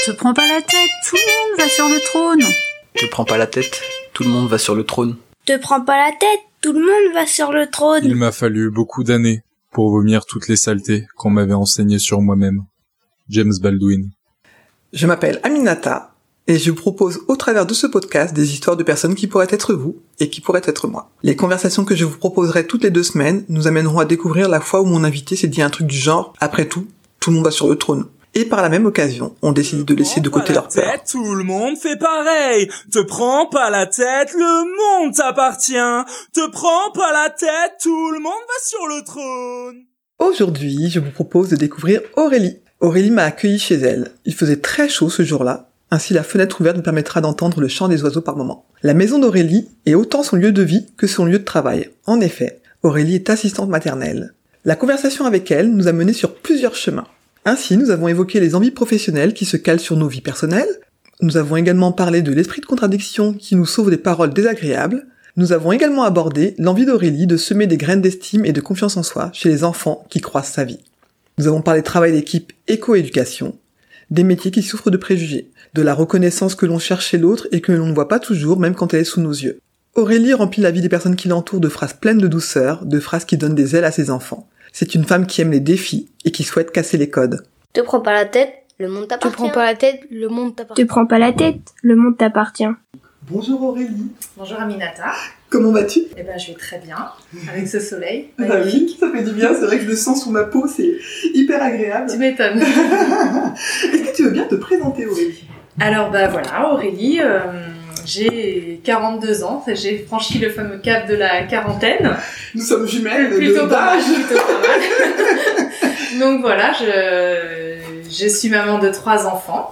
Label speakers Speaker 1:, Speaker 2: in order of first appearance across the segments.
Speaker 1: Te prends pas la tête, tout le monde va sur le trône.
Speaker 2: Te prends pas la tête, tout le monde va sur le trône.
Speaker 3: Te prends pas la tête, tout le monde va sur le trône.
Speaker 4: Il m'a fallu beaucoup d'années pour vomir toutes les saletés qu'on m'avait enseignées sur moi-même. James Baldwin.
Speaker 5: Je m'appelle Aminata et je vous propose au travers de ce podcast des histoires de personnes qui pourraient être vous et qui pourraient être moi. Les conversations que je vous proposerai toutes les 2 semaines nous amèneront à découvrir la fois où mon invité s'est dit un truc du genre « Après tout le monde va sur le trône ». Et par la même occasion, on décide de laisser de côté leur peur.
Speaker 6: Tout le monde fait pareil. Te prends pas la tête, le monde t'appartient. Te prends pas la tête, tout le monde va sur le trône.
Speaker 5: Aujourd'hui, je vous propose de découvrir Aurélie. Aurélie m'a accueilli chez elle. Il faisait très chaud ce jour-là. Ainsi, la fenêtre ouverte nous permettra d'entendre le chant des oiseaux par moments. La maison d'Aurélie est autant son lieu de vie que son lieu de travail. En effet, Aurélie est assistante maternelle. La conversation avec elle nous a mené sur plusieurs chemins. Ainsi, nous avons évoqué les envies professionnelles qui se calent sur nos vies personnelles. Nous avons également parlé de l'esprit de contradiction qui nous sauve des paroles désagréables. Nous avons également abordé l'envie d'Aurélie de semer des graines d'estime et de confiance en soi chez les enfants qui croisent sa vie. Nous avons parlé de travail d'équipe éco-éducation, des métiers qui souffrent de préjugés, de la reconnaissance que l'on cherche chez l'autre et que l'on ne voit pas toujours même quand elle est sous nos yeux. Aurélie remplit la vie des personnes qui l'entourent de phrases pleines de douceur, de phrases qui donnent des ailes à ses enfants. C'est une femme qui aime les défis et qui souhaite casser les codes.
Speaker 3: Te prends pas la tête, le monde t'appartient. Te prends pas la tête, le monde t'appartient.
Speaker 7: Te prends pas la tête, le monde t'appartient.
Speaker 5: Bonjour Aurélie.
Speaker 8: Bonjour Aminata.
Speaker 5: Comment vas-tu ?
Speaker 8: Eh ben, je vais très bien, avec ce soleil
Speaker 5: Ah
Speaker 8: magnifique.
Speaker 5: oui, ça fait du bien, c'est vrai que je le sens sous ma peau, c'est hyper agréable.
Speaker 8: Tu m'étonnes.
Speaker 5: Est-ce que tu veux bien te présenter Aurélie ?
Speaker 8: Alors voilà, Aurélie, j'ai 42 ans, j'ai franchi le fameux cap de la quarantaine.
Speaker 5: Nous sommes jumelles
Speaker 8: Plutôt pas mal,
Speaker 5: d'âge.
Speaker 8: plutôt pas mal. Donc voilà, je suis maman de 3 enfants.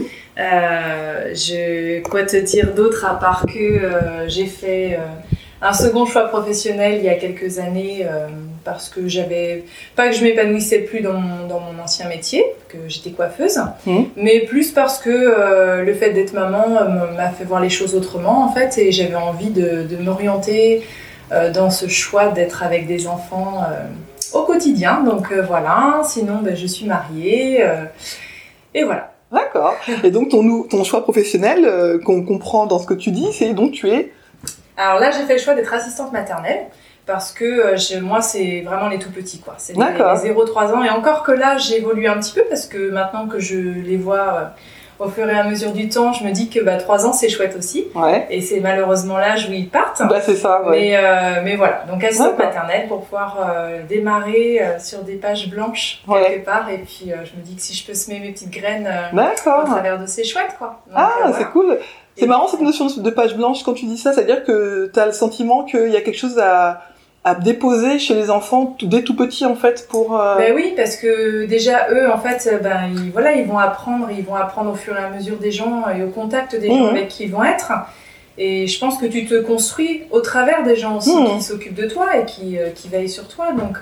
Speaker 8: Quoi te dire d'autre à part que j'ai fait un second choix professionnel il y a quelques années parce que pas que je m'épanouissais plus dans mon ancien métier, que j'étais coiffeuse, mais plus parce que le fait d'être maman m'a fait voir les choses autrement en fait, et j'avais envie de m'orienter dans ce choix d'être avec des enfants au quotidien. Donc voilà, sinon je suis mariée et voilà.
Speaker 5: D'accord. Et donc ton choix professionnel qu'on comprend dans ce que tu dis, c'est donc tu es...
Speaker 8: Alors là, j'ai fait le choix d'être assistante maternelle parce que moi, c'est vraiment les tout petits, quoi. C'est les 0-3 ans. Et encore que là, j'évolue un petit peu parce que maintenant que je les vois au fur et à mesure du temps, je me dis que 3 ans, c'est chouette aussi. Ouais. Et c'est malheureusement l'âge où ils partent.
Speaker 5: C'est ça, ouais.
Speaker 8: Mais voilà. Donc assistante maternelle pour pouvoir démarrer sur des pages blanches quelque part. Et puis, je me dis que si je peux semer mes petites graines au travers de ces chouettes, quoi. Donc,
Speaker 5: voilà. C'est cool. C'est marrant cette notion de page blanche quand tu dis ça, c'est-à-dire que tu as le sentiment qu'il y a quelque chose à déposer chez les enfants dès tout petit en fait pour...
Speaker 8: oui, parce que déjà eux en fait, ils vont apprendre au fur et à mesure des gens et au contact des gens avec qui ils vont être. Et je pense que tu te construis au travers des gens aussi qui s'occupent de toi et qui veillent sur toi. Donc,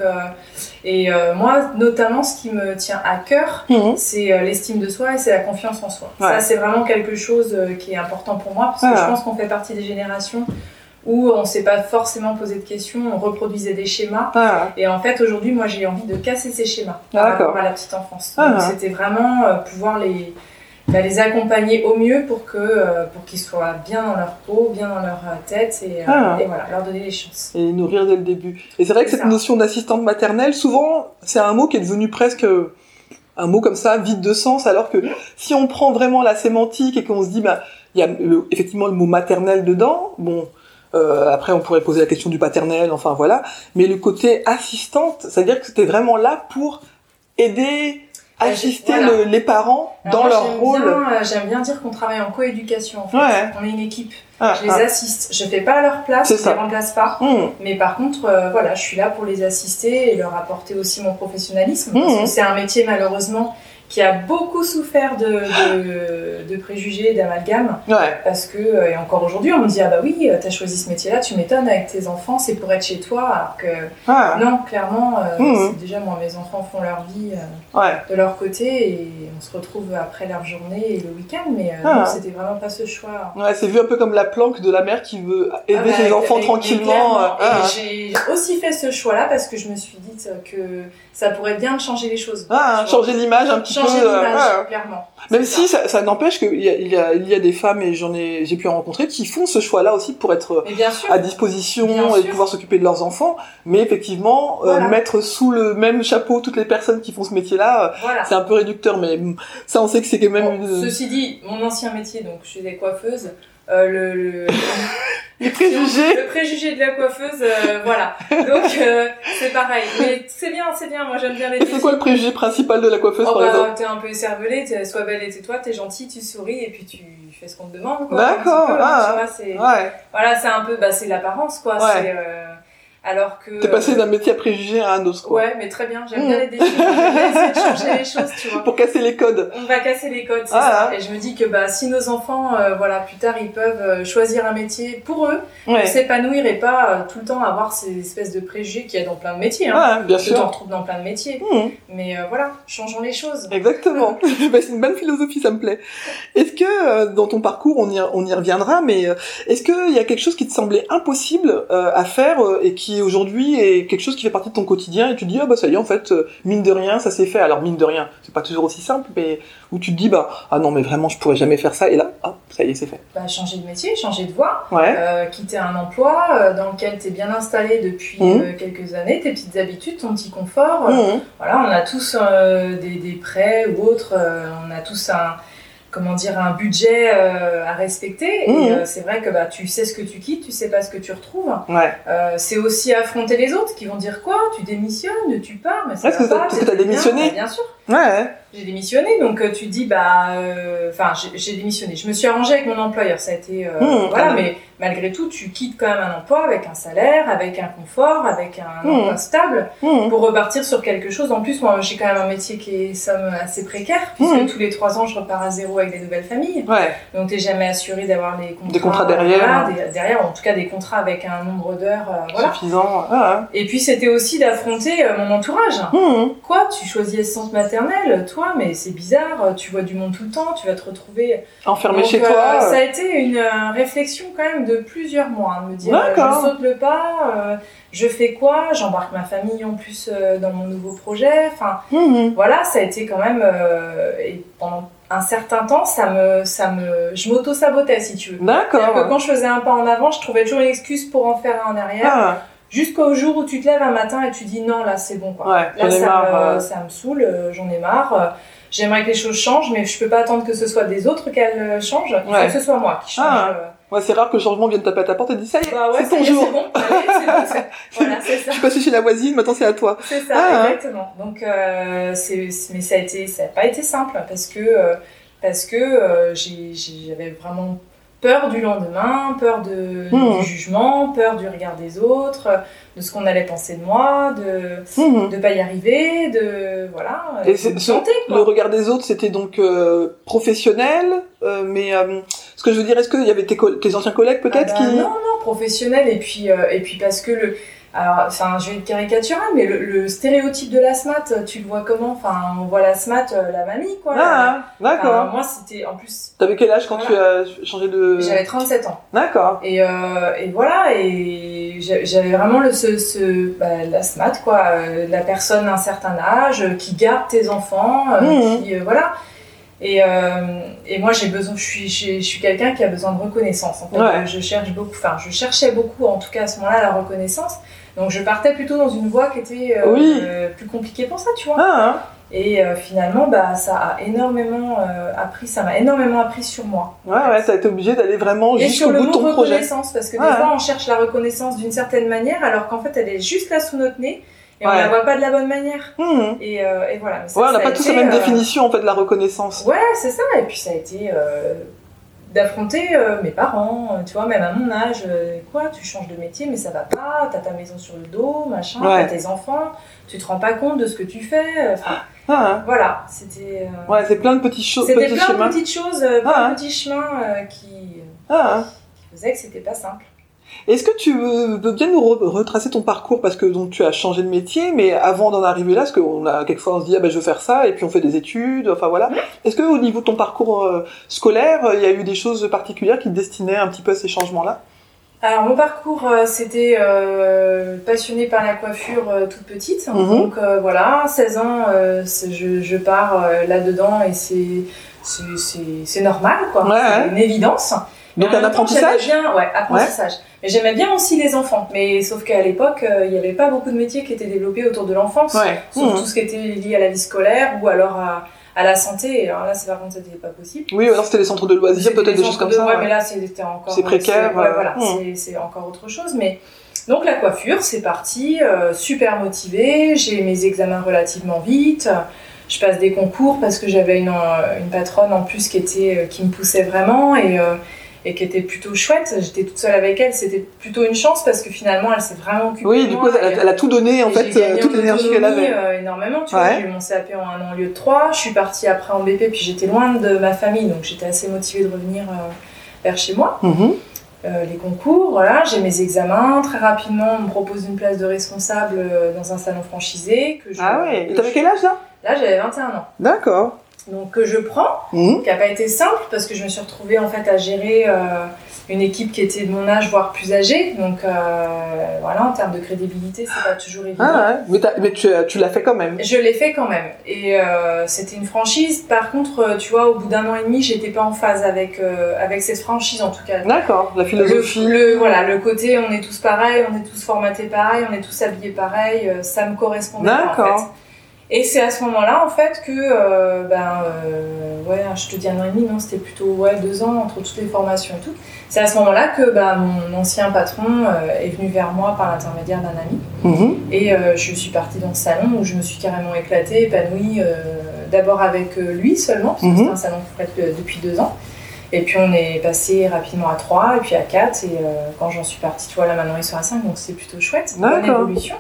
Speaker 8: moi, notamment, ce qui me tient à cœur, c'est l'estime de soi et c'est la confiance en soi. Ouais. Ça, c'est vraiment quelque chose qui est important pour moi parce que je pense qu'on fait partie des générations où on ne s'est pas forcément posé de questions, on reproduisait des schémas. Et en fait, aujourd'hui, moi, j'ai envie de casser ces schémas par rapport à la petite enfance. Donc, c'était vraiment pouvoir les accompagner au mieux pour qu'ils soient bien dans leur peau, bien dans leur tête et voilà, leur donner les chances.
Speaker 5: Et nourrir dès le début. Et c'est vrai que cette notion d'assistante maternelle, souvent, c'est un mot qui est devenu presque un mot comme ça, vide de sens, alors que si on prend vraiment la sémantique et qu'on se dit, il y a effectivement le mot maternelle dedans, après on pourrait poser la question du paternel, enfin voilà, mais le côté assistante, c'est-à-dire que c'était vraiment là pour aider... assister les parents dans leur rôle.
Speaker 8: J'aime bien dire qu'on travaille en coéducation en fait. On est une équipe. Je les assiste. Je fais pas à leur place, je les remplace pas. Mais par contre, je suis là pour les assister et leur apporter aussi mon professionnalisme parce que c'est un métier malheureusement qui a beaucoup souffert de préjugés, d'amalgames. Parce que, et encore aujourd'hui, on me dit « Ah bah oui, t'as choisi ce métier-là, tu m'étonnes avec tes enfants, c'est pour être chez toi. » Alors que non, clairement, c'est déjà moi, mes enfants font leur vie de leur côté et on se retrouve après leur journée et le week-end, mais non, c'était vraiment pas ce choix.
Speaker 5: C'est vu un peu comme la planque de la mère qui veut aider ses enfants tranquillement.
Speaker 8: Et j'ai aussi fait ce choix-là parce que je me suis dit que ça pourrait bien changer les choses.
Speaker 5: Changer l'image un petit peu.
Speaker 8: changer l'image, clairement.
Speaker 5: Même si ça n'empêche qu'il y a des femmes, et j'ai pu en rencontrer, qui font ce choix-là aussi pour être à disposition et pouvoir s'occuper de leurs enfants. Mais effectivement, mettre sous le même chapeau toutes les personnes qui font ce métier-là, c'est un peu réducteur. Mais ça, on sait que c'est quand même...
Speaker 8: Ceci dit, mon ancien métier, donc je suis des coiffeuses,
Speaker 5: les préjugés.
Speaker 8: Le préjugé de la coiffeuse, voilà. Donc c'est pareil. Mais c'est bien. Moi j'aime bien les défis.
Speaker 5: C'est quoi le préjugé principal de la coiffeuse, par exemple?
Speaker 8: T'es un peu écervelée, sois belle et tais-toi, t'es gentille, tu souris et puis tu fais ce qu'on te demande, quoi.
Speaker 5: D'accord.
Speaker 8: Tu vois, c'est voilà, c'est un peu, c'est l'apparence, quoi. C'est alors que
Speaker 5: t'es passé d'un métier à préjugés à un autre, quoi.
Speaker 8: Ouais, mais très bien. J'aime bien les défis. J'aime bien essayer de changer les choses, tu vois.
Speaker 5: Pour casser les codes.
Speaker 8: On va casser les codes, c'est ça. Et je me dis que si nos enfants, plus tard, ils peuvent choisir un métier pour eux, pour s'épanouir et pas tout le temps avoir ces espèces de préjugés qu'il y a dans plein de métiers. Hein.
Speaker 5: Bien sûr.
Speaker 8: On retrouve dans plein de métiers. Mais changeons les choses.
Speaker 5: Exactement. C'est une bonne philosophie, ça me plaît. Est-ce que dans ton parcours, on y reviendra, mais est-ce qu'il y a quelque chose qui te semblait impossible à faire et qui aujourd'hui est quelque chose qui fait partie de ton quotidien et tu te dis ça y est, en fait, mine de rien, ça s'est fait. Alors mine de rien, c'est pas toujours aussi simple, mais où tu te dis non, mais vraiment, je pourrais jamais faire ça, et là, ça y est, c'est fait.
Speaker 8: Changer de métier, changer de voie, quitter un emploi dans lequel t'es bien installé depuis quelques années, tes petites habitudes, ton petit confort. Voilà, on a tous des prêts ou autres, on a tous un budget à respecter, et c'est vrai que tu sais ce que tu quittes, tu sais pas ce que tu retrouves. C'est aussi affronter les autres qui vont dire quoi, tu démissionnes, tu pars, mais ça va pas,
Speaker 5: parce que t'as démissionné.
Speaker 8: Bien sûr. J'ai démissionné, donc tu dis j'ai démissionné. Je me suis arrangée avec mon employeur, ça a été mais malgré tout, tu quittes quand même un emploi avec un salaire, avec un confort, avec un emploi stable, pour repartir sur quelque chose. En plus, moi, j'ai quand même un métier qui est assez précaire, puisque tous les 3 ans, je repars à zéro avec des nouvelles familles. Donc, t'es jamais assuré d'avoir des contrats
Speaker 5: derrière.
Speaker 8: Derrière, en tout cas des contrats avec un nombre d'heures
Speaker 5: suffisant.
Speaker 8: Et puis, c'était aussi d'affronter mon entourage. Quoi, tu choisis le centre maternel, toi, mais c'est bizarre, tu vois du monde tout le temps, tu vas te retrouver
Speaker 5: enfermé chez toi.
Speaker 8: Ça a été une réflexion quand même de plusieurs mois, de me dire je saute le pas, je fais quoi, j'embarque ma famille en plus dans mon nouveau projet, voilà, ça a été quand même et pendant un certain temps je m'auto-sabotais, si tu veux. C'est-à-dire que quand je faisais un pas en avant, je trouvais toujours une excuse pour en faire un en arrière. Jusqu'au jour où tu te lèves un matin et tu dis non, là c'est bon, quoi. Là ça me saoule, j'en ai marre. J'aimerais que les choses changent, mais je peux pas attendre que ce soit des autres qu'elles changent. Il faut que ce soit moi qui change.
Speaker 5: C'est rare que le changement vienne taper à ta porte et dire ça y est, c'est ton
Speaker 8: jour.
Speaker 5: C'est
Speaker 8: bon. Allez, c'est bon. Voilà, c'est ça.
Speaker 5: Je suis passée chez la voisine, maintenant c'est à toi.
Speaker 8: C'est ça, exactement. Donc, mais ça a pas été simple parce que j'avais vraiment peur du lendemain, peur du jugement, peur du regard des autres, de ce qu'on allait penser de moi, de pas y arriver,
Speaker 5: et le regard des autres, c'était donc professionnel, mais ce que je veux dire, est-ce qu'il y avait tes anciens collègues peut-être qui...
Speaker 8: Non, professionnel, et puis parce que alors, je vais être caricatural, mais le stéréotype de l'asthmate, tu le vois comment? On voit l'asthmate, la mamie, quoi.
Speaker 5: D'accord.
Speaker 8: Moi, c'était, en plus...
Speaker 5: T'avais quel âge quand tu as changé de...
Speaker 8: J'avais 37 ans.
Speaker 5: D'accord.
Speaker 8: Et voilà, et j'avais vraiment l'asthmate, quoi. La personne d'un certain âge, qui garde tes enfants, qui, voilà. Et moi, je suis quelqu'un qui a besoin de reconnaissance. En fait, je cherchais beaucoup, en tout cas à ce moment-là, la reconnaissance. Donc, je partais plutôt dans une voie qui était plus compliquée pour ça, tu vois. Et finalement, ça a énormément appris. Ça m'a énormément appris sur moi.
Speaker 5: Ça a été obligé d'aller vraiment jusqu'au bout de ton projet. Et sur le mot reconnaissance,
Speaker 8: parce que des fois, on cherche la reconnaissance d'une certaine manière, alors qu'en fait, elle est juste là sous notre nez. Et on la voit pas de la bonne manière. Et voilà. Mais
Speaker 5: on n'a pas tous la même définition, en fait, de la reconnaissance.
Speaker 8: C'est ça. Et puis, ça a été d'affronter mes parents, tu vois, même à mon âge. Tu changes de métier, mais ça va pas. T'as ta maison sur le dos, machin. T'as tes enfants. Tu te rends pas compte de ce que tu fais. Voilà. C'était...
Speaker 5: c'est plein de petites choses.
Speaker 8: C'était plein de petites choses, plein de petits chemins qui faisaient que c'était pas simple.
Speaker 5: Est-ce que tu veux bien nous retracer ton parcours, parce que donc tu as changé de métier, mais avant d'en arriver là, parce qu'on a quelquefois on se dit je veux faire ça, et puis on fait des études, voilà. Est-ce que au niveau de ton parcours scolaire, il y a eu des choses particulières qui te destinaient un petit peu à ces changements-là?
Speaker 8: Alors mon parcours, c'était passionnée par la coiffure toute petite. Donc voilà, 16 ans, je pars là-dedans et c'est normal, quoi. C'est une évidence.
Speaker 5: Donc un apprentissage.
Speaker 8: Apprentissage. Mais j'aimais bien aussi les enfants. Mais sauf qu'à l'époque, il n'y avait pas beaucoup de métiers qui étaient développés autour de l'enfance. Sauf tout ce qui était lié à la vie scolaire ou alors à la santé. Alors là, par contre, c'était pas possible.
Speaker 5: Oui, alors c'était les centres de loisirs, peut-être des choses comme ça.
Speaker 8: Ouais, mais là, c'était encore...
Speaker 5: C'est précaire.
Speaker 8: C'est encore autre chose. Mais donc la coiffure, c'est parti. Super motivée. J'ai mes examens relativement vite. Je passe des concours parce que j'avais une patronne en plus qui me poussait vraiment et qui était plutôt chouette. J'étais toute seule avec elle, c'était plutôt une chance parce que finalement elle s'est vraiment occupée de moi.
Speaker 5: Du coup elle a tout donné en fait, toute l'énergie qu'elle avait.
Speaker 8: Énormément, tu vois, j'ai eu mon CAP en 1 an au lieu de 3, je suis partie après en BP puis j'étais loin de ma famille donc j'étais assez motivée de revenir vers chez moi. Les concours, voilà, j'ai mes examens, très rapidement on me propose une place de responsable dans un salon franchisé. Et
Speaker 5: t'avais quel âge là ?
Speaker 8: Là j'avais 21 ans. D'accord. Donc que je prends, qui n'a pas été simple parce que je me suis retrouvée en fait à gérer une équipe qui était de mon âge voire plus âgée. Donc voilà, en termes de crédibilité, c'est pas toujours évident.
Speaker 5: Mais tu l'as fait quand même.
Speaker 8: Je l'ai fait quand même. Et c'était une franchise. Par contre, tu vois, au bout d'1 an et demi, j'étais pas en phase avec cette franchise en tout cas.
Speaker 5: D'accord, la philosophie.
Speaker 8: Le côté on est tous pareils, on est tous formatés pareil, on est tous habillés pareil, ça me correspondait pas en fait. Et c'est à ce moment-là, en fait, que, je te dis 1 an et demi, non, c'était plutôt 2 ans entre toutes les formations et tout. C'est à ce moment-là que mon ancien patron est venu vers moi par l'intermédiaire d'un ami. Et je suis partie dans ce salon où je me suis carrément éclatée, épanouie, d'abord avec lui seulement, parce que c'était un salon qui prête depuis 2 ans. Et puis on est passé rapidement à 3, et puis à 4, et quand j'en suis partie, tu vois, là maintenant ils sont à 5, donc c'est plutôt chouette, bonne évolution.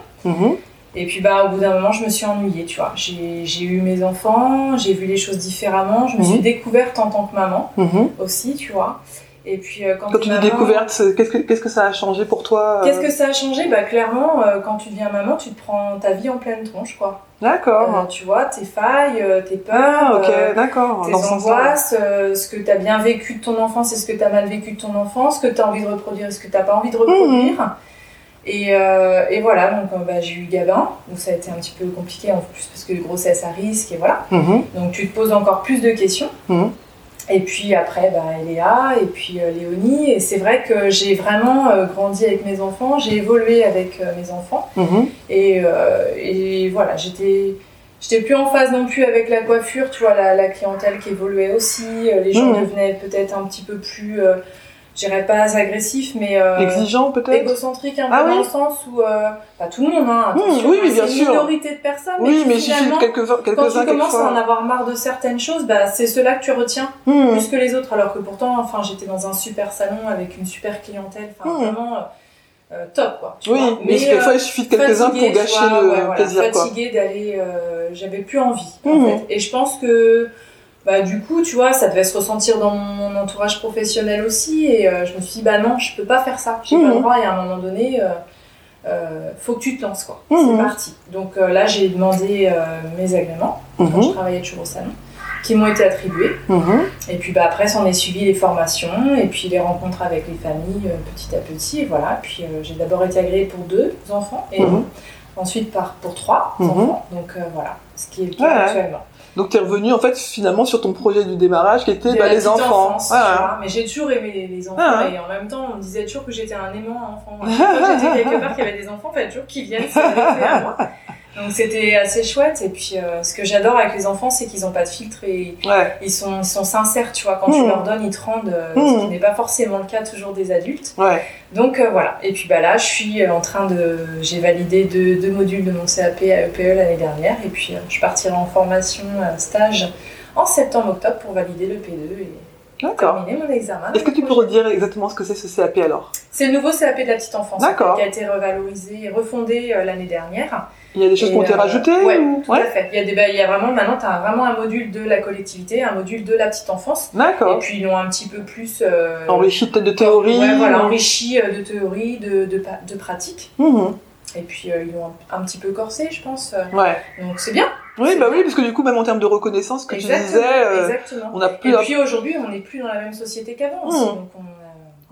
Speaker 8: Et puis au bout d'un moment, je me suis ennuyée, tu vois. J'ai eu mes enfants, j'ai vu les choses différemment, je me suis découverte en tant que maman aussi, tu vois. Et puis quand
Speaker 5: tu dis découverte, qu'est-ce que ça a changé pour toi
Speaker 8: Qu'est-ce que ça a changé ? Clairement, quand tu deviens maman, tu te prends ta vie en pleine tronche, quoi.
Speaker 5: D'accord.
Speaker 8: Tu vois, tes failles, tes peurs, tes angoisses, ce que tu as bien vécu de ton enfance et ce que tu as mal vécu de ton enfance, ce que tu as envie de reproduire et ce que tu n'as pas envie de reproduire. Et voilà, donc j'ai eu Gabin, donc ça a été un petit peu compliqué en plus parce que grossesse à risque et voilà. Donc tu te poses encore plus de questions. Et puis après, Eléa, et puis Léonie. Et c'est vrai que j'ai vraiment grandi avec mes enfants, j'ai évolué avec mes enfants. Et voilà, j'étais plus en phase non plus avec la coiffure, tu vois, la clientèle qui évoluait aussi. Les gens devenaient peut-être un petit peu plus... je dirais pas agressif, mais
Speaker 5: exigeant peut-être,
Speaker 8: égocentrique un peu dans le sens où pas tout le monde, attention,
Speaker 5: bien
Speaker 8: c'est
Speaker 5: sûr,
Speaker 8: une minorité de personnes,
Speaker 5: mais il suffit de quelques-uns
Speaker 8: quand tu commences à en avoir marre de certaines choses, c'est ceux-là que tu retiens plus que les autres, alors que pourtant, j'étais dans un super salon avec une super clientèle, vraiment top, quoi.
Speaker 5: Vois. Mais des fois il suffit de quelques-uns pour gâcher le plaisir, quoi.
Speaker 8: Fatiguée d'aller, j'avais plus envie en fait, et je pense que du coup, tu vois, ça devait se ressentir dans mon entourage professionnel aussi, et je me suis dit, non, je peux pas faire ça, j'ai pas le droit, et à un moment donné, faut que tu te lances, quoi. C'est parti. Donc là, j'ai demandé mes agréments, quand je travaillais toujours au salon, qui m'ont été attribués, et puis après, s'en est suivi les formations, et puis les rencontres avec les familles, petit à petit, et voilà, puis j'ai d'abord été agréée pour 2 enfants, et ensuite pour 3 enfants, donc voilà, ce qui est le cas actuellement.
Speaker 5: Donc tu es revenu en fait finalement sur ton projet du démarrage qui était les enfants.
Speaker 8: Enfance, tu vois. Mais j'ai toujours aimé les enfants et en même temps on me disait toujours que j'étais un aimant à enfants. Quand j'étais quelque part qu'il y avait des enfants, il fallait toujours qu'ils viennent s'adresser à moi. Donc c'était assez chouette, et puis ce que j'adore avec les enfants, c'est qu'ils n'ont pas de filtre et ils sont sincères, tu vois, quand tu leur donnes, ils te rendent, ce qui n'est pas forcément le cas toujours des adultes. Donc voilà, et puis là je suis j'ai validé 2 modules de mon CAP à EPE l'année dernière, et puis je partirai en formation stage en septembre-octobre pour valider le P2 et terminer mon examen.
Speaker 5: Est-ce que tu peux redire exactement ce que c'est ce CAP alors ?
Speaker 8: C'est le nouveau CAP de la petite enfance qui a été revalorisé et refondé l'année dernière.
Speaker 5: Il y a des choses qui ont été rajoutées
Speaker 8: tout à fait. Il y a vraiment, maintenant tu as vraiment un module de la collectivité, un module de la petite enfance. D'accord. Et puis ils l'ont un petit peu plus...
Speaker 5: enrichi peut-être de théorie.
Speaker 8: Enrichi de théorie, de pratique. Et puis ils l'ont un petit peu corsé, je pense. Donc c'est bien.
Speaker 5: Oui, parce que du coup, même en termes de reconnaissance, que tu disais,
Speaker 8: exactement.
Speaker 5: on a plus...
Speaker 8: Et puis aujourd'hui, on n'est plus dans la même société qu'avant aussi. Donc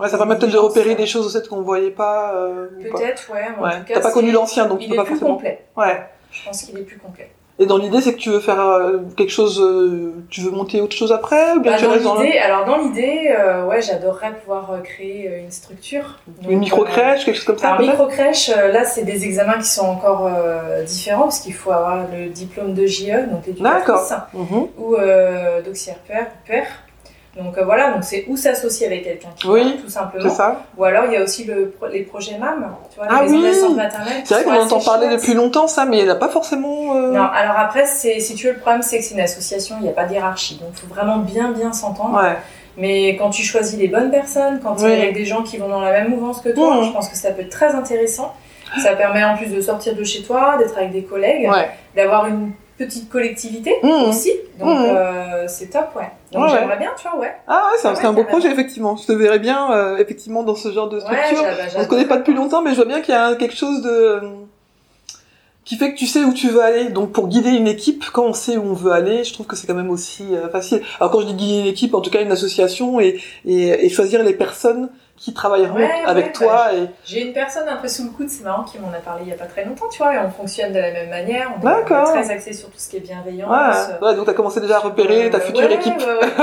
Speaker 5: Ouais, ça permet peut-être de repérer des choses aussi qu'on voyait pas.
Speaker 8: Peut-être, ouais. En tout cas,
Speaker 5: t'as pas connu l'ancien, donc tu peux pas forcément.
Speaker 8: Il est plus complet.
Speaker 5: Ouais.
Speaker 8: Je pense qu'il est plus complet.
Speaker 5: Et dans l'idée, c'est que tu veux faire quelque chose, tu veux monter autre chose après, ou bien tu restes
Speaker 8: dans l'idée, ouais, j'adorerais pouvoir créer une structure. Donc,
Speaker 5: une micro-crèche, quelque chose comme ça.
Speaker 8: Alors, micro-crèche, là, c'est des examens qui sont encore différents, parce qu'il faut avoir le diplôme de JE, donc l'éducatrice, ou d'auxiliaire père. Donc voilà, donc c'est où s'associer avec quelqu'un qui parle, tout simplement.
Speaker 5: C'est ça.
Speaker 8: Ou alors il y a aussi les projets MAM, tu vois, les maisons d'assistance maternelle.
Speaker 5: C'est vrai qu'on entend parler depuis longtemps ça, mais il n'y en a pas forcément.
Speaker 8: Non, alors après, si tu veux, le problème c'est que c'est une association, il n'y a pas de hiérarchie, donc il faut vraiment bien s'entendre.
Speaker 5: Ouais.
Speaker 8: Mais quand tu choisis les bonnes personnes, quand tu es avec des gens qui vont dans la même mouvance que toi, je pense que ça peut être très intéressant. Ça permet en plus de sortir de chez toi, d'être avec des collègues, d'avoir une petite collectivité aussi, donc c'est top, donc j'aimerais bien, tu vois,
Speaker 5: c'est un beau projet, effectivement. Je te verrais bien, effectivement, dans ce genre de structure. On se connaît pas depuis longtemps, mais je vois bien qu'il y a quelque chose qui fait que tu sais où tu veux aller. Donc pour guider une équipe, quand on sait où on veut aller, je trouve que c'est quand même aussi facile. Alors quand je dis guider une équipe, en tout cas une association, et choisir les personnes qui travailleront avec toi.
Speaker 8: J'ai une personne un peu sous le coude, c'est marrant, qui m'en a parlé il y a pas très longtemps, tu vois, et on fonctionne de la même manière, on est très axé sur tout ce qui est bienveillance.
Speaker 5: Donc t'as commencé déjà à repérer ta future équipe.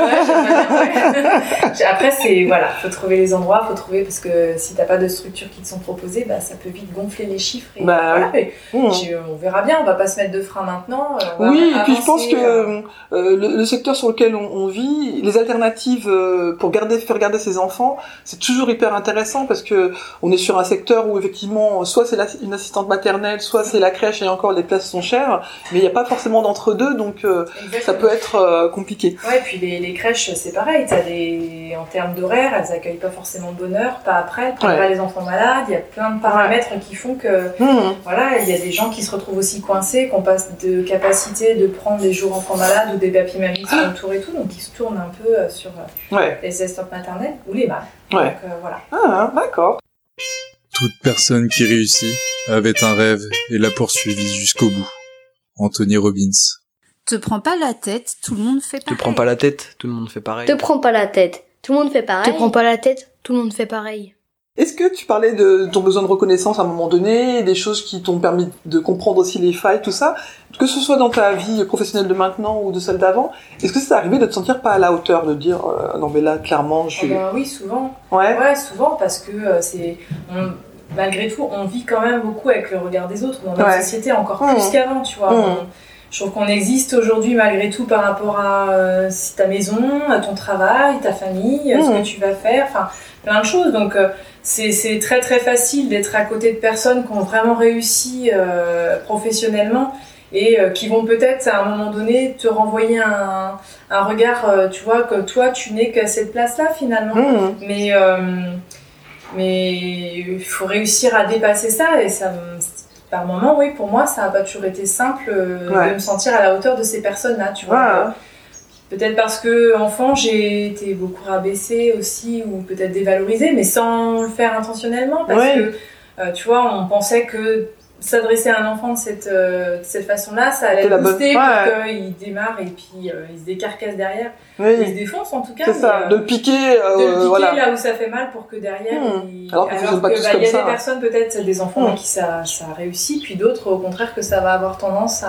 Speaker 8: Après, faut trouver les endroits, parce que si t'as pas de structures qui te sont proposées, ça peut vite gonfler les chiffres. Et on verra bien, on va pas se mettre de frein maintenant.
Speaker 5: Et puis je pense que le secteur sur lequel on vit, les alternatives pour faire garder ses enfants, c'est toujours hyper intéressant parce que on est sur un secteur où effectivement soit c'est une assistante maternelle, soit c'est la crèche et encore les places sont chères, mais il n'y a pas forcément d'entre-deux, donc ça peut être compliqué.
Speaker 8: Ouais, et puis les crèches c'est pareil, en termes d'horaire, elles accueillent pas forcément de bonne heure, pas après, elles prennent pas les enfants malades, il y a plein de paramètres qui font que il y a des gens qui se retrouvent aussi coincés, qu'on passe de capacité de prendre des jours enfants malades ou des papilles-mamies sur le tour et tout, donc ils se tournent un peu sur les assistantes maternelles ou les mâles. Donc, voilà.
Speaker 5: Ah, d'accord.
Speaker 4: Toute personne qui réussit avait un rêve et l'a poursuivi jusqu'au bout. Anthony Robbins.
Speaker 1: Te prends pas la tête, tout le monde fait pareil.
Speaker 2: Te prends pas la tête, tout le monde fait pareil.
Speaker 3: Te prends pas la tête, tout le monde fait pareil.
Speaker 7: Te prends pas la tête, tout le monde fait pareil.
Speaker 5: Est-ce que tu parlais de ton besoin de reconnaissance à un moment donné, des choses qui t'ont permis de comprendre aussi les failles, tout ça, que ce soit dans ta vie professionnelle de maintenant ou de celle d'avant, est-ce que c'est arrivé de te sentir pas à la hauteur, de dire non mais là clairement je suis...
Speaker 8: oui, souvent. Ouais, souvent, parce que malgré tout, on vit quand même beaucoup avec le regard des autres dans notre société, encore plus qu'avant, tu vois. Je trouve qu'on existe aujourd'hui malgré tout par rapport à ta maison, à ton travail, ta famille, ce que tu vas faire, enfin plein de choses. Donc c'est très très facile d'être à côté de personnes qui ont vraiment réussi professionnellement et qui vont peut-être à un moment donné te renvoyer un regard, tu vois, que toi tu n'es qu'à cette place-là finalement. Mais il faut réussir à dépasser ça et ça par moment, oui, pour moi, ça n'a pas toujours été simple de me sentir à la hauteur de ces personnes-là, tu vois. Peut-être parce que enfant, j'ai été beaucoup rabaissée aussi, ou peut-être dévalorisée, mais sans le faire intentionnellement, parce que, tu vois, on pensait que s'adresser à un enfant de cette façon-là, ça allait le booster pour qu'il démarre et puis il se décarcasse derrière. Il se défonce en tout cas.
Speaker 5: C'est ça, de le piquer,
Speaker 8: là où ça fait mal pour que derrière
Speaker 5: alors qu'il y a des
Speaker 8: personnes, peut-être des enfants avec qui ça réussit, puis d'autres au contraire que ça va avoir tendance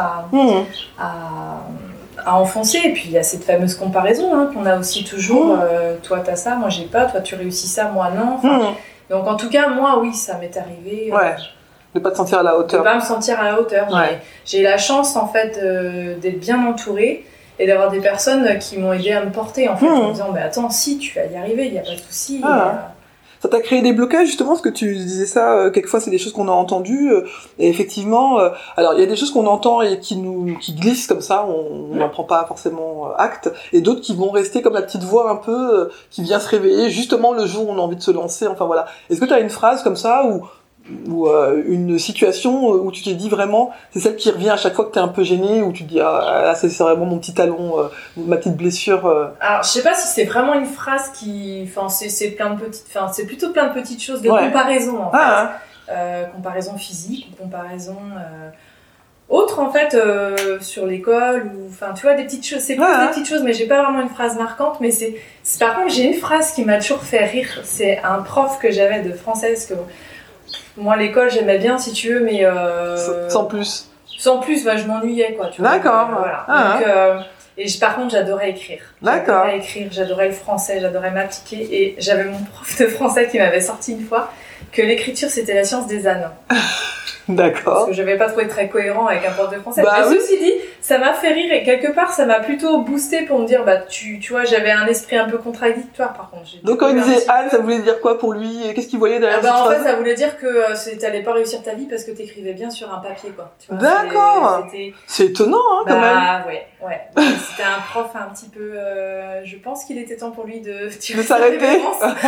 Speaker 8: à enfoncer. Et puis il y a cette fameuse comparaison qu'on a aussi toujours, toi t'as ça, moi j'ai pas, toi tu réussis ça, moi non. Donc en tout cas moi oui, ça m'est arrivé.
Speaker 5: De pas te sentir à la hauteur.
Speaker 8: De pas me sentir à la hauteur. J'ai la chance en fait d'être bien entourée et d'avoir des personnes qui m'ont aidé à me porter en fait, en me disant attends, si tu vas y arriver, il y a pas de souci.
Speaker 5: Ça t'a créé des blocages justement, parce que tu disais ça, quelquefois c'est des choses qu'on a entendues, et effectivement, alors il y a des choses qu'on entend et qui glissent comme ça, on n'en prend pas forcément acte, et d'autres qui vont rester comme la petite voix un peu, qui vient se réveiller justement le jour où on a envie de se lancer, enfin voilà. Est-ce que t'as une phrase comme ça, ou une situation où tu t'es dit vraiment, c'est celle qui revient à chaque fois que t'es un peu gêné, où tu te dis là c'est vraiment mon petit talon, ma petite blessure.
Speaker 8: Alors je sais pas si c'est vraiment une phrase c'est plein de petites, c'est plutôt plein de petites choses de comparaison en fait. Comparaison physique ou comparaison Autre en fait sur l'école ou enfin tu vois des petites choses, c'est plus des petites choses mais j'ai pas vraiment une phrase marquante mais c'est par contre j'ai une phrase qui m'a toujours fait rire, c'est un prof que j'avais de français parce que moi l'école j'aimais bien si tu veux mais
Speaker 5: sans plus
Speaker 8: bah, je m'ennuyais quoi tu vois.
Speaker 5: D'accord.
Speaker 8: Voilà. Donc et par contre j'adorais écrire.
Speaker 5: D'accord.
Speaker 8: J'adorais le français, j'adorais m'appliquer et j'avais mon prof de français qui m'avait sorti une fois que l'écriture c'était la science des ânes.
Speaker 5: D'accord.
Speaker 8: Parce que je n'avais pas trouvé très cohérent avec un prof de français.
Speaker 5: Bah,
Speaker 8: mais ceci dit, ça m'a fait rire et quelque part, ça m'a plutôt boosté pour me dire, bah, tu vois, j'avais un esprit un peu contradictoire par contre.
Speaker 5: Donc quand il disait Anne, ça voulait dire quoi pour lui? Qu'est-ce qu'il voyait derrière cette
Speaker 8: en
Speaker 5: phrase?
Speaker 8: fait, ça voulait dire que t'allais pas réussir ta vie parce que t'écrivais bien sur un papier, quoi. Tu vois,
Speaker 5: d'accord. C'est étonnant, hein, quand même.
Speaker 8: Ouais. C'était un prof un petit peu, je pense qu'il était temps pour lui de
Speaker 5: s'arrêter.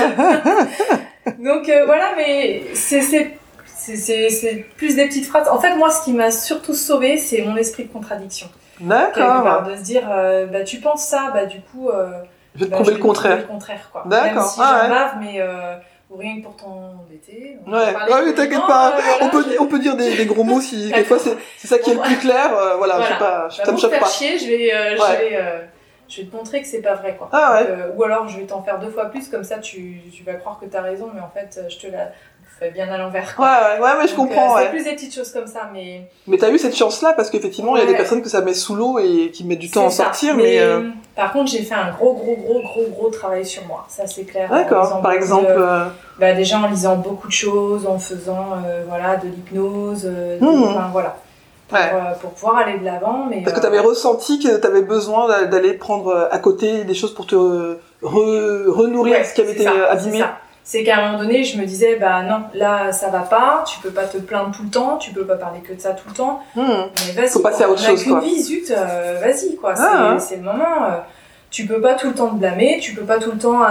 Speaker 5: Donc
Speaker 8: voilà, mais c'est plus des petites phrases. En fait, moi, ce qui m'a surtout sauvée, c'est mon esprit de contradiction.
Speaker 5: D'accord.
Speaker 8: De se dire, bah, tu penses ça, bah, du coup,
Speaker 5: je vais te prouver le contraire.
Speaker 8: Quoi.
Speaker 5: D'accord.
Speaker 8: Même si j'en bave, mais rien que pour t'embêter.
Speaker 5: Ouais, t'inquiète pas. Voilà, on peut dire des gros mots si, des fois, c'est ça qui est le plus clair. Voilà. Ça me choque pas.
Speaker 8: Chier, je vais te montrer que c'est pas vrai, quoi. Ou alors, je vais t'en faire 2 fois plus, comme ça, tu vas croire que t'as raison, mais en fait, je te la fais bien à l'envers, quoi.
Speaker 5: Ouais, mais je comprends,
Speaker 8: c'est plus des petites choses comme ça, mais...
Speaker 5: Mais t'as eu cette chance-là, parce qu'effectivement, il y a des personnes que ça met sous l'eau et qui mettent du temps à en sortir, mais...
Speaker 8: Par contre, j'ai fait un gros travail sur moi, ça c'est clair.
Speaker 5: D'accord, par exemple...
Speaker 8: déjà en lisant beaucoup de choses, en faisant, de l'hypnose, voilà. Pour pouvoir aller de l'avant, mais...
Speaker 5: Parce que t'avais ressenti que t'avais besoin d'aller prendre à côté des choses pour te renourrir ce qui avait été abîmé.
Speaker 8: C'est qu'à un moment donné, je me disais, bah non, là, ça va pas, tu peux pas te plaindre tout le temps, tu peux pas parler que de ça tout le temps, mais vas-y,
Speaker 5: faut passer à autre chose, quoi.
Speaker 8: Vie, zut, vas-y, quoi, c'est le moment, tu peux pas tout le temps te blâmer, tu peux pas tout le temps,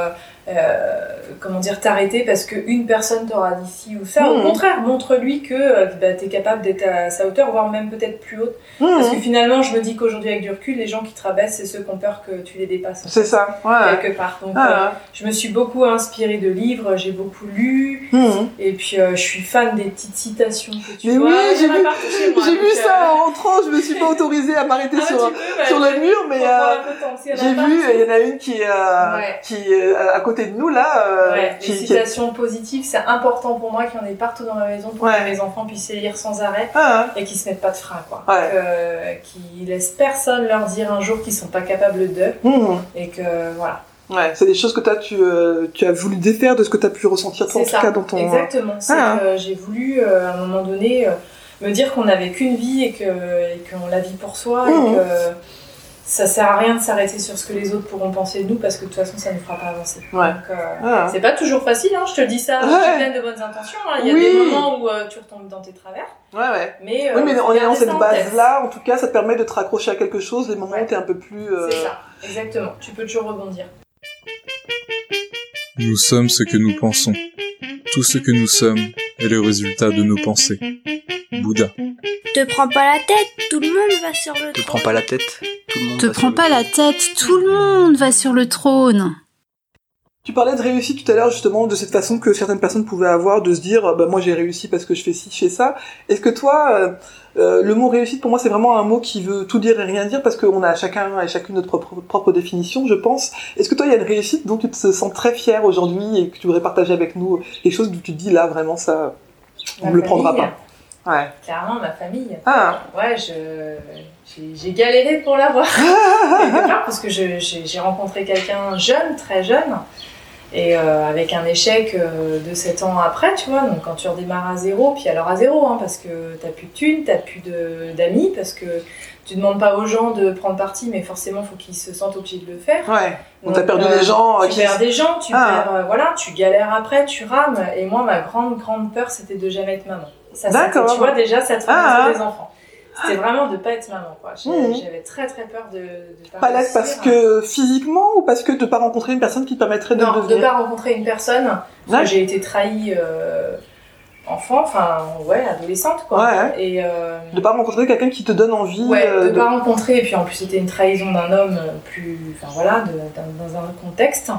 Speaker 8: t'arrêter parce qu'une personne t'aura dit ci ou ça. Au contraire, montre-lui que t'es capable d'être à sa hauteur, voire même peut-être plus haute. Parce que finalement, je me dis qu'aujourd'hui, avec du recul, les gens qui te rabaissent, c'est ceux qui ont peur que tu les dépasses.
Speaker 5: C'est ça,
Speaker 8: quelque part. Donc, je me suis beaucoup inspirée de livres, j'ai beaucoup lu, et puis je suis fan des petites citations que tu vois.
Speaker 5: Oui, j'ai vu ça en rentrant, je me suis pas autorisée à m'arrêter sur le mur, mais j'ai vu, il y en a une qui est à côté de nous, là.
Speaker 8: Les citations positives, c'est important pour moi qu'il y en ait partout dans ma maison pour que mes enfants puissent les lire sans arrêt et qu'ils se mettent pas de frein, quoi. Qu'ils laissent personne leur dire un jour qu'ils sont pas capables de et que voilà.
Speaker 5: Ouais, c'est des choses que tu as voulu défaire de ce que tu as pu ressentir toi, en tout cas dans ton...
Speaker 8: Exactement, c'est que j'ai voulu à un moment donné me dire qu'on n'avait qu'une vie et qu'on la vit pour soi et que ça sert à rien de s'arrêter sur ce que les autres pourront penser de nous parce que de toute façon ça ne nous fera pas avancer. Donc c'est pas toujours facile, je te dis ça, je suis pleine de bonnes intentions, il y a des moments où tu retombes dans tes travers. Mais
Speaker 5: en ayant cette base-là, en tout cas, ça te permet de te raccrocher à quelque chose les moments où t'es un peu plus...
Speaker 8: C'est ça, exactement, tu peux toujours rebondir.
Speaker 4: Nous sommes ce que nous pensons. Tout ce que nous sommes est le résultat de nos pensées. Bouddha.
Speaker 7: Te prends pas la tête, tout le monde va sur le trône.
Speaker 2: Te prends pas la tête, tout le monde
Speaker 1: Te prends pas la tête, tout le monde va sur le trône.
Speaker 5: Tu parlais de réussite tout à l'heure, justement, de cette façon que certaines personnes pouvaient avoir de se dire moi j'ai réussi parce que je fais ci, je fais ça. Est-ce que toi, le mot réussite, pour moi, c'est vraiment un mot qui veut tout dire et rien dire parce qu'on a chacun et chacune notre propre définition, je pense. Est-ce que toi, il y a une réussite dont tu te sens très fier aujourd'hui et que tu voudrais partager avec nous, quelque chose où tu te dis là, vraiment, ça, on ne le prendra pas?
Speaker 8: Clairement, ma famille. J'ai galéré pour l'avoir. Quelque part, parce que j'ai rencontré quelqu'un jeune, très jeune, et avec un échec de 7 ans après, tu vois, donc quand tu redémarres à zéro, puis alors à zéro, parce que t'as plus de thunes, t'as plus d'amis, parce que tu demandes pas aux gens de prendre parti, mais forcément, il faut qu'ils se sentent obligés de le faire.
Speaker 5: Donc t'as perdu des gens.
Speaker 8: Tu perds des gens, tu galères après, tu rames, et moi, ma grande peur, c'était de jamais être maman. Ça, tu vois, déjà, ça te fait des enfants. C'était vraiment de pas être maman, quoi. J'avais très peur de
Speaker 5: pas l'être parce que physiquement ou parce que de pas rencontrer une personne qui te permettrait de le devenir?
Speaker 8: Non, de pas rencontrer une personne. Parce que j'ai été trahie enfant, adolescente, quoi. Et
Speaker 5: de pas rencontrer quelqu'un qui te donne envie.
Speaker 8: De pas rencontrer, et puis en plus c'était une trahison d'un homme dans un contexte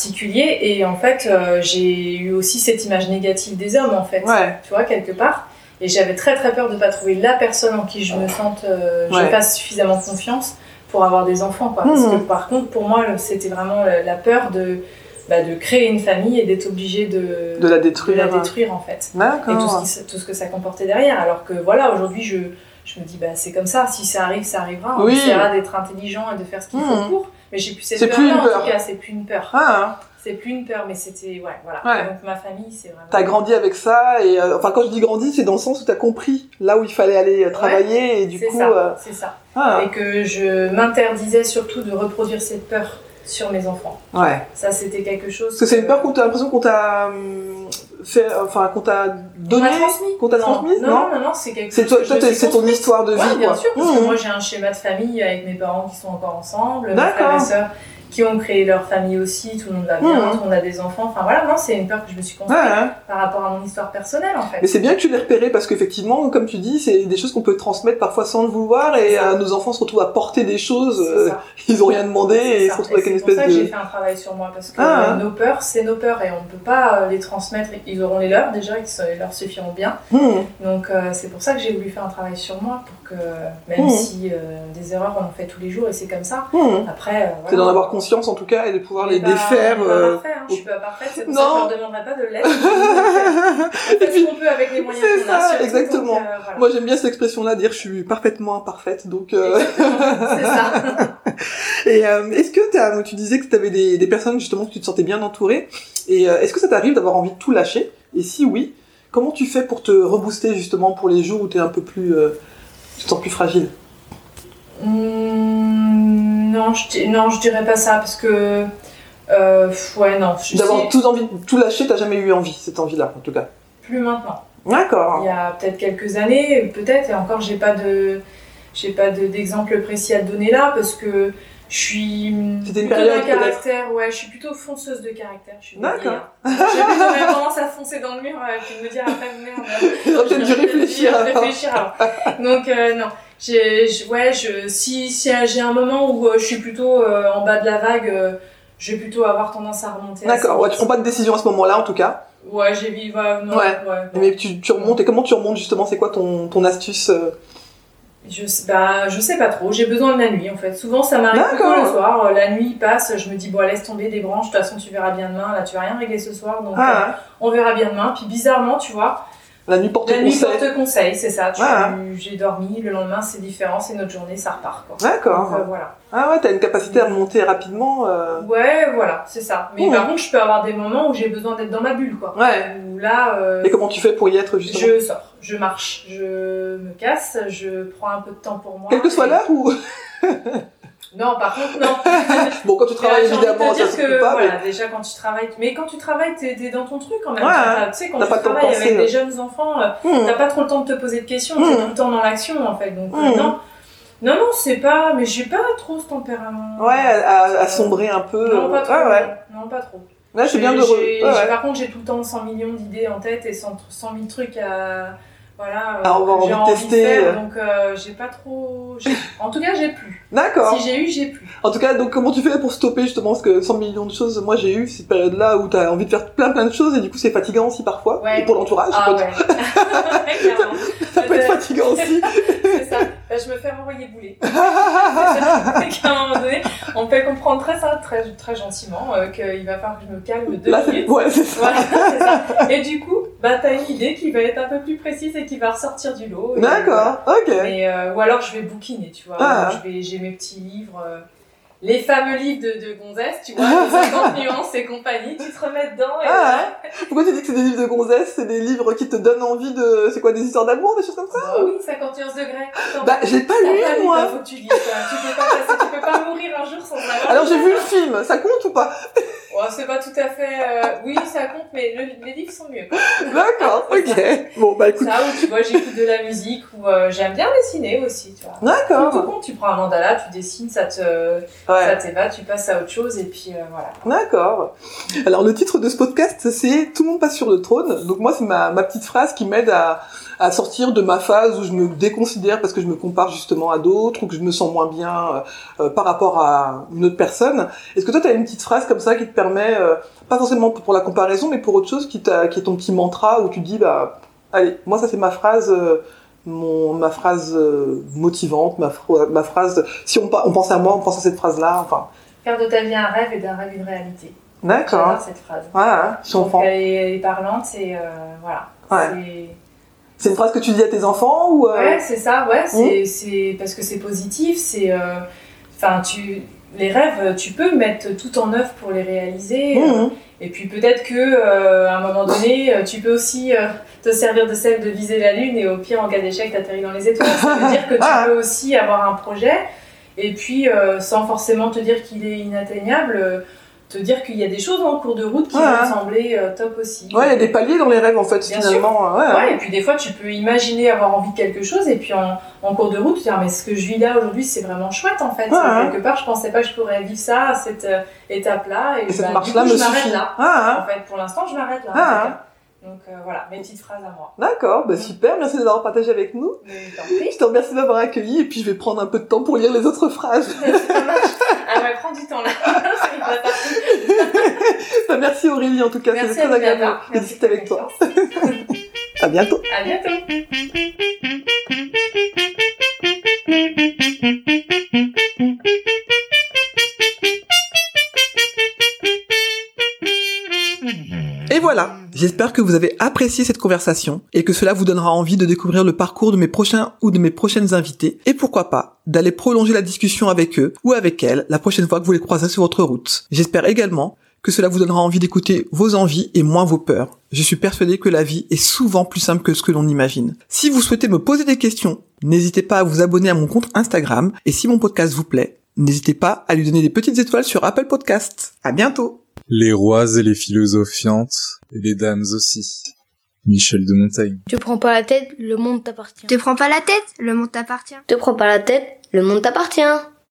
Speaker 8: particulier. Et en fait, j'ai eu aussi cette image négative des hommes, en fait. Tu vois, quelque part. Et j'avais très très peur de pas trouver la personne en qui je me sente, je fasse suffisamment confiance pour avoir des enfants, quoi. Parce que par contre, pour moi, c'était vraiment la peur de créer une famille et d'être obligée de la détruire en fait.
Speaker 5: D'accord.
Speaker 8: Et tout ce que ça comportait derrière. Alors que voilà, aujourd'hui, je me dis, c'est comme ça, si ça arrive, ça arrivera. On essaiera d'être intelligent et de faire ce qu'il faut pour. Mais j'ai plus cette peur-là, en tout cas, c'est plus une peur. C'est plus une peur, mais c'était, Donc ma famille, c'est vraiment...
Speaker 5: T'as grandi avec ça, et quand je dis grandi, c'est dans le sens où t'as compris là où il fallait aller travailler, et du coup...
Speaker 8: C'est ça. Et que je m'interdisais surtout de reproduire cette peur sur mes enfants. Ça, c'était quelque chose...
Speaker 5: Parce que c'est une peur qu'on t'a l'impression qu'on t'a fait, qu'on t'a donné, qu'on t'a transmise.
Speaker 8: Non, c'est quelque chose.
Speaker 5: C'est ton histoire de vie,
Speaker 8: bien sûr, parce que moi j'ai un schéma de famille avec mes parents qui sont encore ensemble, mes frères et sœurs qui ont créé leur famille aussi, tout le monde va bien, tout le monde a des enfants, c'est une peur que je me suis construite par rapport à mon histoire personnelle en fait.
Speaker 5: Mais c'est bien que tu l'aies repéré parce qu'effectivement, comme tu dis, c'est des choses qu'on peut transmettre parfois sans le vouloir, et nos enfants se retrouvent à porter des choses, ils ont rien demandé et ils se retrouvent avec une espèce de...
Speaker 8: C'est pour ça que j'ai fait un travail sur moi, parce que nos peurs, c'est nos peurs et on ne peut pas les transmettre, ils auront les leurs déjà, qui leur suffiront bien. Donc c'est pour ça que j'ai voulu faire un travail sur moi, pour que même si des erreurs on en fait tous les jours et c'est comme ça, après...
Speaker 5: c'est d'en avoir conscience en tout cas et de pouvoir les défaire.
Speaker 8: Je suis pas parfaite, c'est pour ça que je leur demanderai pas de l'être. On fait ce qu'on peut avec les moyens qu'on a.
Speaker 5: C'est ça, exactement. Donc, moi j'aime bien cette expression-là, dire je suis parfaitement imparfaite, donc...
Speaker 8: c'est ça.
Speaker 5: Et est-ce que tu disais que tu avais des personnes justement que tu te sentais bien entourée, et est-ce que ça t'arrive d'avoir envie de tout lâcher, et si oui, comment tu fais pour te rebooster justement pour les jours où t'es un peu plus... tu te sens plus fragile?
Speaker 8: Non, je dirais pas ça, parce que... non.
Speaker 5: D'avoir tout lâcher, t'as jamais eu envie, cette envie-là, en tout cas?
Speaker 8: Plus maintenant.
Speaker 5: D'accord.
Speaker 8: Il y a peut-être quelques années, et encore, j'ai pas d'exemple précis à te donner là, parce que je suis
Speaker 5: C'était une période
Speaker 8: d'un caractère, je suis plutôt fonceuse de caractère.
Speaker 5: D'accord.
Speaker 8: J'ai plutôt tendance à foncer dans le mur, puis me dire après, merde.
Speaker 5: J'ai dû réfléchir
Speaker 8: avant. Donc, non. Si j'ai un moment où je suis plutôt en bas de la vague, je vais plutôt avoir tendance à remonter.
Speaker 5: D'accord, tu prends pas de décision à ce moment-là en tout cas. Mais tu remontes, et comment tu remontes justement? C'est quoi ton astuce?
Speaker 8: Je sais pas trop, j'ai besoin de la nuit en fait. Souvent ça m'arrive plutôt le soir, la nuit passe, je me dis laisse tomber des branches, de toute façon tu verras bien demain, là tu vas rien régler ce soir, donc on verra bien demain. Puis bizarrement, tu vois,
Speaker 5: la nuit porte
Speaker 8: conseil, c'est ça. J'ai dormi, le lendemain c'est différent, c'est notre journée, ça repart quoi.
Speaker 5: D'accord.
Speaker 8: Donc, voilà.
Speaker 5: Ah ouais, t'as une capacité à remonter rapidement.
Speaker 8: Ouais, voilà, c'est ça. Mais par contre, je peux avoir des moments où j'ai besoin d'être dans ma bulle quoi. Où là.
Speaker 5: Et comment tu fais pour y être justement?
Speaker 8: Je sors, je marche, je me casse, je prends un peu de temps pour moi.
Speaker 5: Quelle que soit l'heure ou?
Speaker 8: Non, par contre, non.
Speaker 5: Bon, quand tu travailles, évidemment, ça se peut pas.
Speaker 8: Voilà, déjà, quand tu travailles... Mais quand tu travailles, t'es dans ton truc, quand même. Tu sais, quand tu
Speaker 5: travailles
Speaker 8: avec des jeunes enfants, t'as pas trop le temps de te poser de questions, t'es tout le temps dans l'action, en fait. Donc, non, c'est pas... Mais j'ai pas trop ce tempérament.
Speaker 5: Ouais, à sombrer un peu.
Speaker 8: Non, pas trop. Non, pas trop.
Speaker 5: Là, c'est bien de...
Speaker 8: Par contre, j'ai tout le temps 100 millions d'idées en tête et 100 000 trucs à... Voilà,
Speaker 5: j'ai envie de tester.
Speaker 8: Faire, donc j'ai pas trop... En tout cas, j'ai plus.
Speaker 5: D'accord.
Speaker 8: Si j'ai eu, j'ai plus.
Speaker 5: En tout cas, donc comment tu fais pour stopper justement? Parce que 100 millions de choses, moi j'ai eu cette période-là où t'as envie de faire plein de choses et du coup c'est fatigant aussi parfois. Et pour l'entourage. Ça peut être fatigant aussi.
Speaker 8: C'est ça. Je me fais renvoyer bouler. À un moment donné, on me fait comprendre très gentiment qu'il va falloir que je me calme 2 minutes.
Speaker 5: C'est ça.
Speaker 8: Voilà, c'est ça. Et du coup, t'as une idée qui va être un peu plus précise et qui va ressortir du lot.
Speaker 5: D'accord, ok.
Speaker 8: Ou alors je vais bouquiner, tu vois. J'ai mes petits livres, les fameux livres de gonzesses, tu vois, les 50 nuances et compagnie, tu te remets dedans et
Speaker 5: Pourquoi tu dis que c'est des livres de gonzesses? C'est des livres qui te donnent envie de... C'est quoi, des histoires d'amour, des choses comme ça?
Speaker 8: Oui, 50 nuances degrés.
Speaker 5: J'ai pas lu, moi.
Speaker 8: Faut que tu lises ça. Tu peux pas mourir un jour sans avoir.
Speaker 5: Alors j'ai vu le film, ça compte ou pas?
Speaker 8: C'est pas tout à fait... Oui, ça compte, mais les livres sont mieux.
Speaker 5: D'accord, ok. Bon, écoute...
Speaker 8: Ça, où tu vois, j'écoute de la musique, ou j'aime bien dessiner aussi, tu vois.
Speaker 5: D'accord.
Speaker 8: Tout compte, tu prends un mandala, tu dessines, ça t'évade, tu passes à autre chose, et puis voilà.
Speaker 5: D'accord. Alors, le titre de ce podcast, c'est « Tout le monde passe sur le trône ». Donc moi, c'est ma petite phrase qui m'aide à sortir de ma phase où je me déconsidère parce que je me compare justement à d'autres ou que je me sens moins bien par rapport à une autre personne. Est-ce que toi, tu as une petite phrase comme ça qui te permet, pas forcément pour la comparaison, mais pour autre chose, qui est ton petit mantra où tu te dis, Allez, moi ça c'est ma phrase, ma phrase motivante, ma phrase. Si on pense à moi, on pense à cette phrase-là. Enfin.
Speaker 8: Faire de ta vie un rêve et d'un rêve une réalité.
Speaker 5: D'accord.
Speaker 8: J'adore cette phrase.
Speaker 5: Voilà, je comprends.
Speaker 8: Elle est parlante et voilà.
Speaker 5: Ouais. C'est une phrase que tu dis à tes enfants ou
Speaker 8: Ouais, c'est ça. Ouais, c'est parce que c'est positif. C'est, les rêves, tu peux mettre tout en œuvre pour les réaliser. Et puis peut-être que à un moment donné, tu peux aussi te servir de celle de viser la lune et au pire, en cas d'échec, t'atterris dans les étoiles. Ça veut dire que tu peux aussi avoir un projet et puis sans forcément te dire qu'il est inatteignable. Te dire qu'il y a des choses en cours de route qui vont te sembler top aussi.
Speaker 5: Ouais, il y a des paliers dans les rêves en fait,
Speaker 8: bien
Speaker 5: finalement.
Speaker 8: Sûr. Ouais, et puis des fois tu peux imaginer avoir envie de quelque chose et puis en cours de route, te dire mais ce que je vis là aujourd'hui c'est vraiment chouette en fait. Quelque part je pensais pas que je pourrais vivre ça à cette étape-là et
Speaker 5: cette marche-là
Speaker 8: du coup,
Speaker 5: me
Speaker 8: je m'arrête
Speaker 5: suffit.
Speaker 8: là. En fait, pour l'instant je m'arrête là. Donc voilà, mes petites phrases à moi.
Speaker 5: D'accord, super, merci de l'avoir partagé avec nous. Je te remercie de m'avoir accueilli et puis je vais prendre un peu de temps pour lire les autres phrases.
Speaker 8: Ah ouais, prends du temps là.
Speaker 5: Merci Aurélie en tout cas, c'était très agréable de discuter avec toi. À bientôt.
Speaker 8: À bientôt.
Speaker 5: Et voilà, j'espère que vous avez apprécié cette conversation et que cela vous donnera envie de découvrir le parcours de mes prochains ou de mes prochaines invités et pourquoi pas d'aller prolonger la discussion avec eux ou avec elles la prochaine fois que vous les croiserez sur votre route. J'espère également que cela vous donnera envie d'écouter vos envies et moins vos peurs. Je suis persuadé que la vie est souvent plus simple que ce que l'on imagine. Si vous souhaitez me poser des questions, n'hésitez pas à vous abonner à mon compte Instagram et si mon podcast vous plaît, n'hésitez pas à lui donner des petites étoiles sur Apple Podcasts. À bientôt.
Speaker 4: Les rois et les philosophiantes, et les dames aussi. Michel de Montaigne.
Speaker 3: Te prends pas la tête, le monde t'appartient.
Speaker 7: Te prends pas la tête, le monde t'appartient.
Speaker 3: Te prends pas la tête, le monde t'appartient.